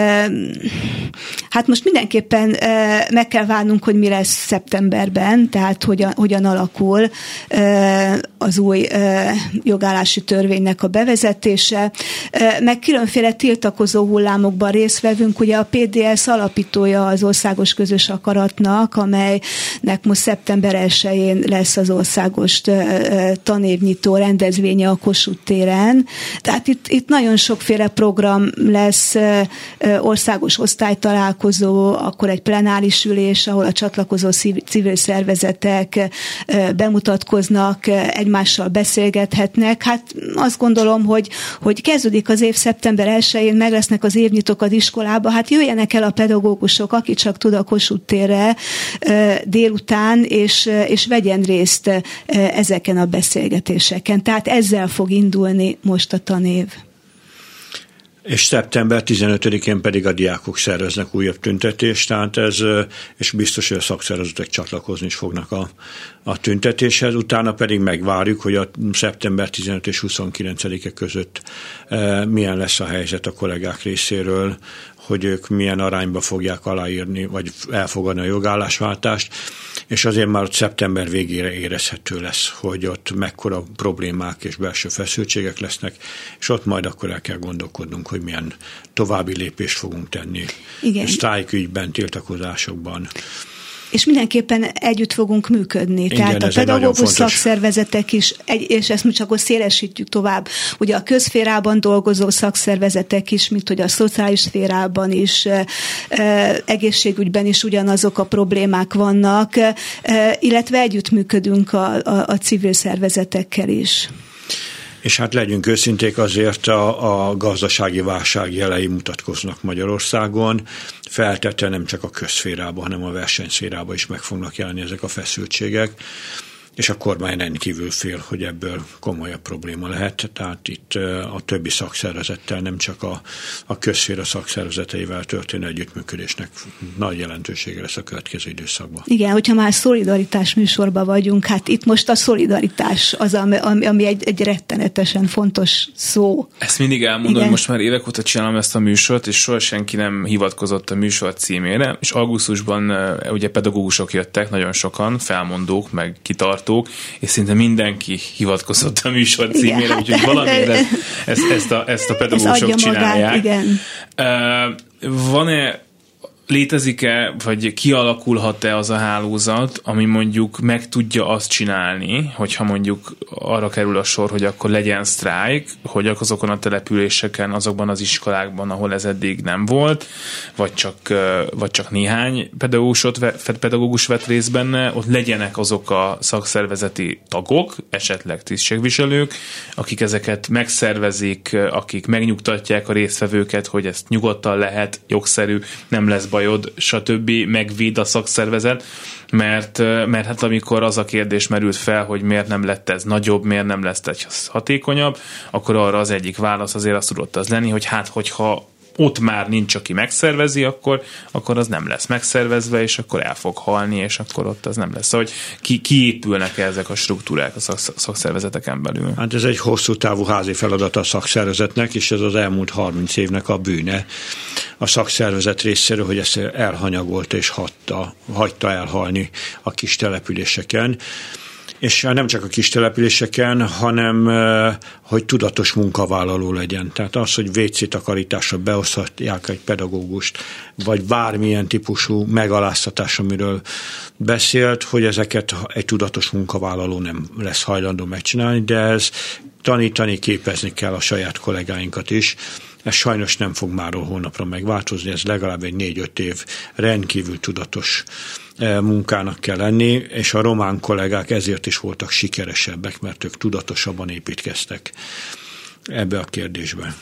Hát most mindenképpen meg kell várnunk, hogy mi lesz szeptemberben, tehát hogyan, hogyan alakul az új jogállási törvénynek a bevezetése, meg különféle tiltakozó hullámokban részt vevünk. Ugye a pé dé es alapítója az Országos Közös Akaratnak, amelynek most szeptember elsején lesz az országos tanévnyitó rendezvénye a Kossuth téren. Tehát itt, itt nagyon sokféle program lesz, országos osztálytalálkozó, akkor egy plenáris ülés, ahol a csatlakozó civil szervezetek bemutatkoznak, egymással beszélgethetnek. Hát azt gondolom, hogy, hogy kezdődik az év szeptember elsején, meg lesznek az évnyitók az iskolába, hát jöjjenek el a pedagógusok, aki csak tud a Kossuth térre délután, és, és vegyen részt ezeken a beszélgetéseken. Tehát ezzel fog indulni most a tanév. És szeptember tizenötödikén pedig a diákok szerveznek újabb tüntetést, tehát ez, és biztos, hogy a szakszervezetek csatlakozni is fognak a, a tüntetéshez, utána pedig megvárjuk, hogy a szeptember tizenötödike és huszonkilencedike között e, milyen lesz a helyzet a kollégák részéről, hogy ők milyen arányba fogják aláírni, vagy elfogadni a jogállásváltást, és azért már ott szeptember végére érezhető lesz, hogy ott mekkora problémák és belső feszültségek lesznek, és ott majd akkor el kell gondolkodnunk, hogy milyen további lépést fogunk tenni. Igen. Sztrájkügyben, tiltakozásokban. És mindenképpen együtt fogunk működni. Igen, tehát a pedagógus szakszervezetek is, és ezt mi csak akkor szélesítjük tovább. Ugye a közszférában dolgozó szakszervezetek is, mint hogy a szociális szférában is, egészségügyben is ugyanazok a problémák vannak, illetve együttműködünk a, a, a civil szervezetekkel is. És hát legyünk őszinték, azért a, a gazdasági válság jelei mutatkoznak Magyarországon. Feltétlenül nem csak a közszférában, hanem a versenyszférában is meg fognak jelenni ezek a feszültségek. És a kormány rendkívül fél, hogy ebből komolyabb probléma lehet. Tehát itt a többi szakszervezettel, nem csak a, a közszféra szakszervezeteivel történő együttműködésnek nagy jelentősége lesz a következő időszakban. Igen, hogyha már szolidaritás műsorban vagyunk, hát itt most a szolidaritás az, ami, ami egy, egy rettenetesen fontos szó. Ezt mindig elmondom, igen. Hogy most már évek óta csinálom ezt a műsort, és soha senki nem hivatkozott a műsor címére, és augusztusban ugye pedagógusok jöttek, nagyon sokan, felmondók, meg kitart, és szinte mindenki hivatkozott a műsor címére, igen, úgyhogy valamiért ezt, ezt, ezt, a, ezt a pedagógusok csinálják. Magát, igen. Van-e, létezik-e, vagy kialakulhat-e az a hálózat, ami mondjuk meg tudja azt csinálni, hogyha mondjuk arra kerül a sor, hogy akkor legyen sztrájk, hogy azokon a településeken, azokban az iskolákban, ahol ez eddig nem volt, vagy csak, vagy csak néhány pedagógusot, pedagógus vett részt benne, ott legyenek azok a szakszervezeti tagok, esetleg tisztségviselők, akik ezeket megszervezik, akik megnyugtatják a résztvevőket, hogy ezt nyugodtan lehet, jogszerű, nem lesz baj, stb. Megvéd a szakszervezet, mert, mert hát amikor az a kérdés merült fel, hogy miért nem lett ez nagyobb, miért nem lesz ez hatékonyabb, akkor arra az egyik válasz azért azt tudott az lenni, hogy hát hogyha ott már nincs, aki megszervezi, akkor, akkor az nem lesz megszervezve, és akkor el fog halni, és akkor ott az nem lesz. Szóval, hogy ki, kiépülnek ezek a struktúrák a szak, szakszervezeteken belül? Hát ez egy hosszú távú házi feladata a szakszervezetnek, és ez az elmúlt harminc évnek a bűne a szakszervezet részéről, hogy ezt elhanyagolta és hagyta, hagyta elhalni a kis településeken. És nem csak a kis településeken, hanem hogy tudatos munkavállaló legyen. Tehát az, hogy vé cé takarításra beosztják egy pedagógust, vagy bármilyen típusú megaláztatás, amiről beszélt, hogy ezeket egy tudatos munkavállaló nem lesz hajlandó megcsinálni, de ez tanítani, képezni kell a saját kollégáinkat is. Ez sajnos nem fog máról holnapra megváltozni, ez legalább egy négy-öt év rendkívül tudatos munkának kell lenni, és a román kollégák ezért is voltak sikeresebbek, mert ők tudatosabban építkeztek ebbe a kérdésbe.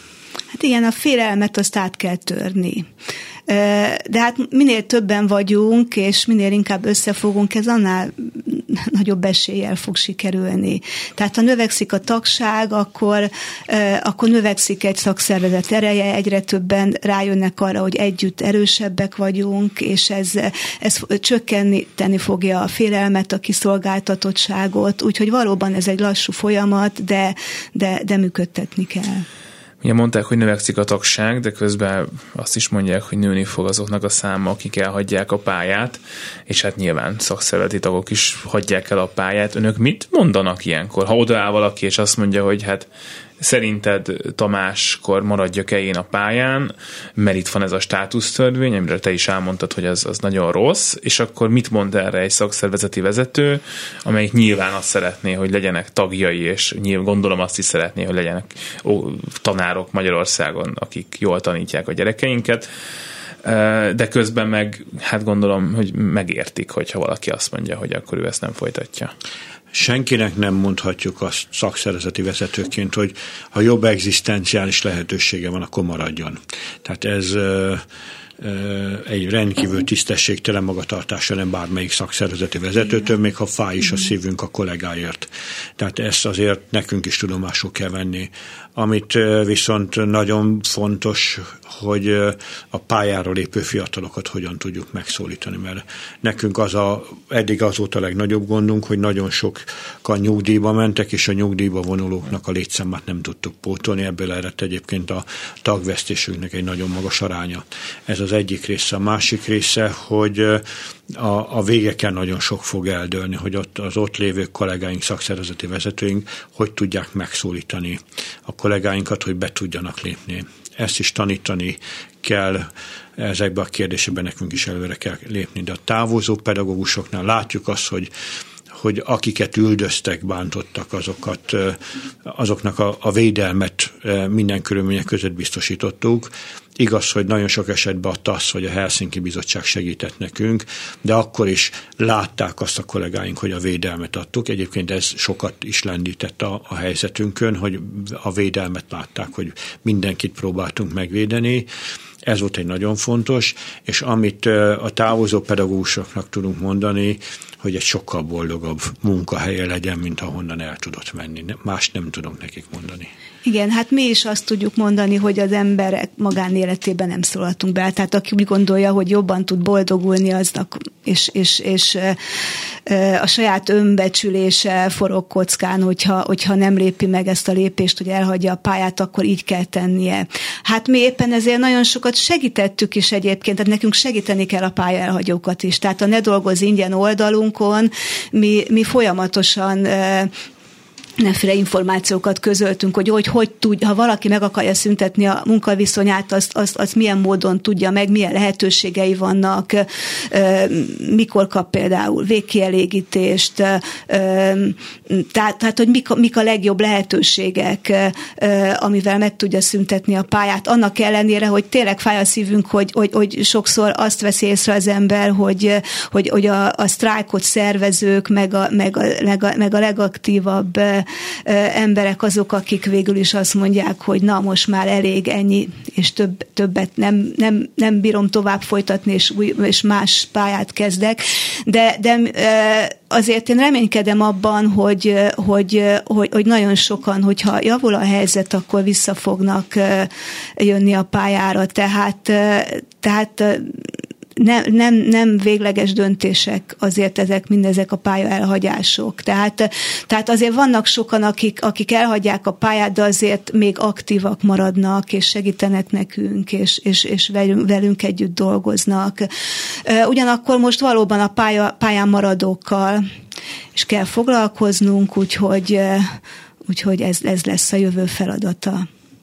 Hát igen, a félelmet azt át kell törni. De hát minél többen vagyunk, és minél inkább összefogunk, ez annál nagyobb eséllyel fog sikerülni. Tehát ha növekszik a tagság, akkor, akkor növekszik egy szakszervezet ereje, egyre többen rájönnek arra, hogy együtt erősebbek vagyunk, és ez, ez csökkenteni fogja a félelmet, a kiszolgáltatottságot, úgyhogy valóban ez egy lassú folyamat, de, de, de működtetni kell. Ugye mondták, hogy növekszik a tagság, de közben azt is mondják, hogy nőni fog azoknak a száma, akik elhagyják a pályát, és hát nyilván szakszervezeti tagok is hagyják el a pályát. Önök mit mondanak ilyenkor? Ha odaáll valaki, és azt mondja, hogy hát szerinted Tamáskor maradjak-e én a pályán, mert itt van ez a státusztörvény, amiről te is elmondtad, hogy az, az nagyon rossz, és akkor mit mond erre egy szakszervezeti vezető, amelyik nyilván azt szeretné, hogy legyenek tagjai, és nyilván gondolom azt is szeretné, hogy legyenek tanárok Magyarországon, akik jól tanítják a gyerekeinket, de közben meg, hát gondolom, hogy megértik, hogyha valaki azt mondja, hogy akkor ő ezt nem folytatja. Senkinek nem mondhatjuk azt szakszervezeti vezetőként, hogy ha jobb egzisztenciális lehetősége van, akkor maradjon. Tehát ez egy rendkívül tisztességtelen magatartása nem bármelyik szakszervezeti vezetőtől, még ha fáj is a szívünk a kollégáért. Tehát ezt azért nekünk is tudomásul kell venni. Amit viszont nagyon fontos, hogy a pályára lépő fiatalokat hogyan tudjuk megszólítani, mert nekünk az a, eddig az volt a legnagyobb gondunk, hogy nagyon sokan nyugdíjba mentek, és a nyugdíjba vonulóknak a létszámát nem tudtuk pótolni, ebből eredt egyébként a tagvesztésünknek egy nagyon magas aránya. Ez az egyik része. A másik része, hogy a, a végeken nagyon sok fog eldőlni, hogy ott az ott lévő kollégáink, szakszervezeti vezetőink hogy tudják megszólítani a kollégáinkat, hogy be tudjanak lépni. Ezt is tanítani kell, ezekben a kérdésekben nekünk is előre kell lépni. De a távozó pedagógusoknál látjuk azt, hogy hogy akiket üldöztek, bántottak, azokat, azoknak a, a védelmet minden körülmények között biztosítottuk. Igaz, hogy nagyon sok esetben a TASZ vagy a Helsinki Bizottság segített nekünk, de akkor is látták azt a kollégáink, hogy a védelmet adtuk. Egyébként ez sokat is lendített a, a helyzetünkön, hogy a védelmet látták, hogy mindenkit próbáltunk megvédeni. Ez volt egy nagyon fontos, és amit a távozó pedagógusoknak tudunk mondani, hogy egy sokkal boldogabb munkahelye legyen, mint ahonnan el tudott menni. Más nem tudunk nekik mondani. Igen, hát mi is azt tudjuk mondani, hogy az emberek magánéletében nem szólaltunk be. Tehát aki úgy gondolja, hogy jobban tud boldogulni, aznak, és, és, és a saját önbecsülése forog kockán, hogyha, hogyha nem lépi meg ezt a lépést, hogy elhagyja a pályát, akkor így kell tennie. Hát mi éppen ezért nagyon sokat segítettük is egyébként, tehát nekünk segíteni kell a pálya elhagyókat is. Tehát a Ne Dolgozz Ingyen oldalunkon mi, mi folyamatosan mindenféle információkat közöltünk, hogy hogy, hogy tud, ha valaki meg akarja szüntetni a munkaviszonyát, azt, azt, azt milyen módon tudja meg, milyen lehetőségei vannak, mikor kap például végkielégítést, tehát, tehát hogy mik, mik a legjobb lehetőségek, amivel meg tudja szüntetni a pályát. Annak ellenére, hogy tényleg fáj a szívünk, hogy, hogy, hogy sokszor azt veszi észre az ember, hogy, hogy, hogy a, a sztrájkot szervezők, meg a, meg a, meg a, meg a legaktívabb emberek azok, akik végül is azt mondják, hogy na most már elég, ennyi, és több, többet nem, nem, nem bírom tovább folytatni, és, új, és más pályát kezdek. De, de azért én reménykedem abban, hogy, hogy, hogy, hogy nagyon sokan, hogyha javul a helyzet, akkor vissza fognak jönni a pályára. Tehát, tehát Nem, nem, nem végleges döntések azért ezek, mindezek a pálya elhagyások. Tehát, tehát azért vannak sokan, akik, akik elhagyják a pályát, de azért még aktívak maradnak, és segítenek nekünk, és, és, és velünk, velünk együtt dolgoznak. Ugyanakkor most valóban a pálya, pályán maradókkal is kell foglalkoznunk, úgyhogy, úgyhogy ez, ez lesz a jövő feladata.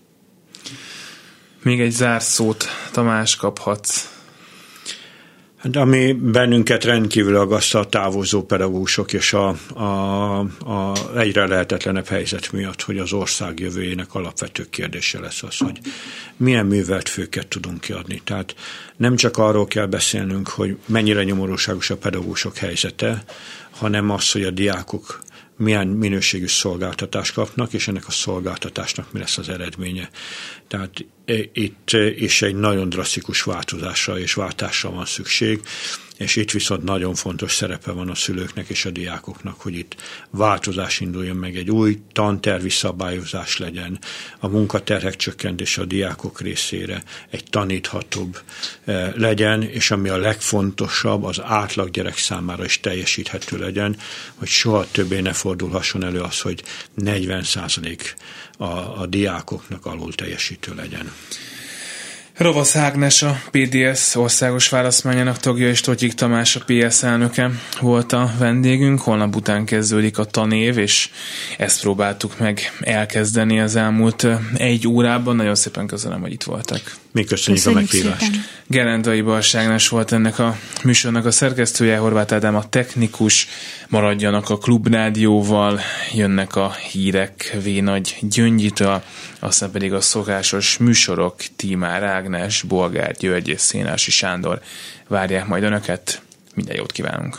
Még egy zárszót, Tamás, kaphatsz. De ami bennünket rendkívül aggaszt a távozó pedagógusok és a, a, a egyre lehetetlenebb helyzet miatt, hogy az ország jövőjének alapvető kérdése lesz az, hogy milyen művelt főket tudunk kiadni. Tehát nem csak arról kell beszélnünk, hogy mennyire nyomorúságos a pedagógusok helyzete, hanem az, hogy a diákok milyen minőségű szolgáltatást kapnak, és ennek a szolgáltatásnak mi lesz az eredménye. Tehát itt is egy nagyon drasztikus változásra és váltásra van szükség, és itt viszont nagyon fontos szerepe van a szülőknek és a diákoknak, hogy itt változás induljon meg, egy új tantervi szabályozás legyen, a munkaterhek csökkentése a diákok részére egy taníthatóbb legyen, és ami a legfontosabb, az átlag gyerek számára is teljesíthető legyen, hogy soha többé ne fordulhasson elő az, hogy negyven százalék a, a diákoknak alul teljesítő legyen. Rovasz Ágnes, a pé dé es országos választmányának tagja, és Totyik Tamás, a pé es elnöke volt a vendégünk. Holnap után kezdődik a tanév, és ezt próbáltuk meg elkezdeni az elmúlt egy órában. Nagyon szépen köszönöm, hogy itt voltak. Mi köszönjük, köszönjük a meghívást. Szépen. Gerendai Balázs Ágnes volt ennek a műsornak a szerkesztője, Horváth Ádám a technikus. Maradjanak a Klubrádióval, jönnek a hírek V-Nagy Gyöngyitől, aztán pedig a szokásos műsorok Tímár Ágnes, Bolgár György és Szénási Sándor várják majd önöket. Minden jót kívánunk!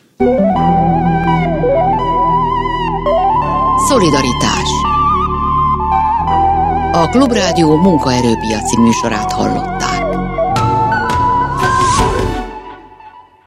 Szolidaritás. A Klubrádió munkaerőpiaci műsorát hallották.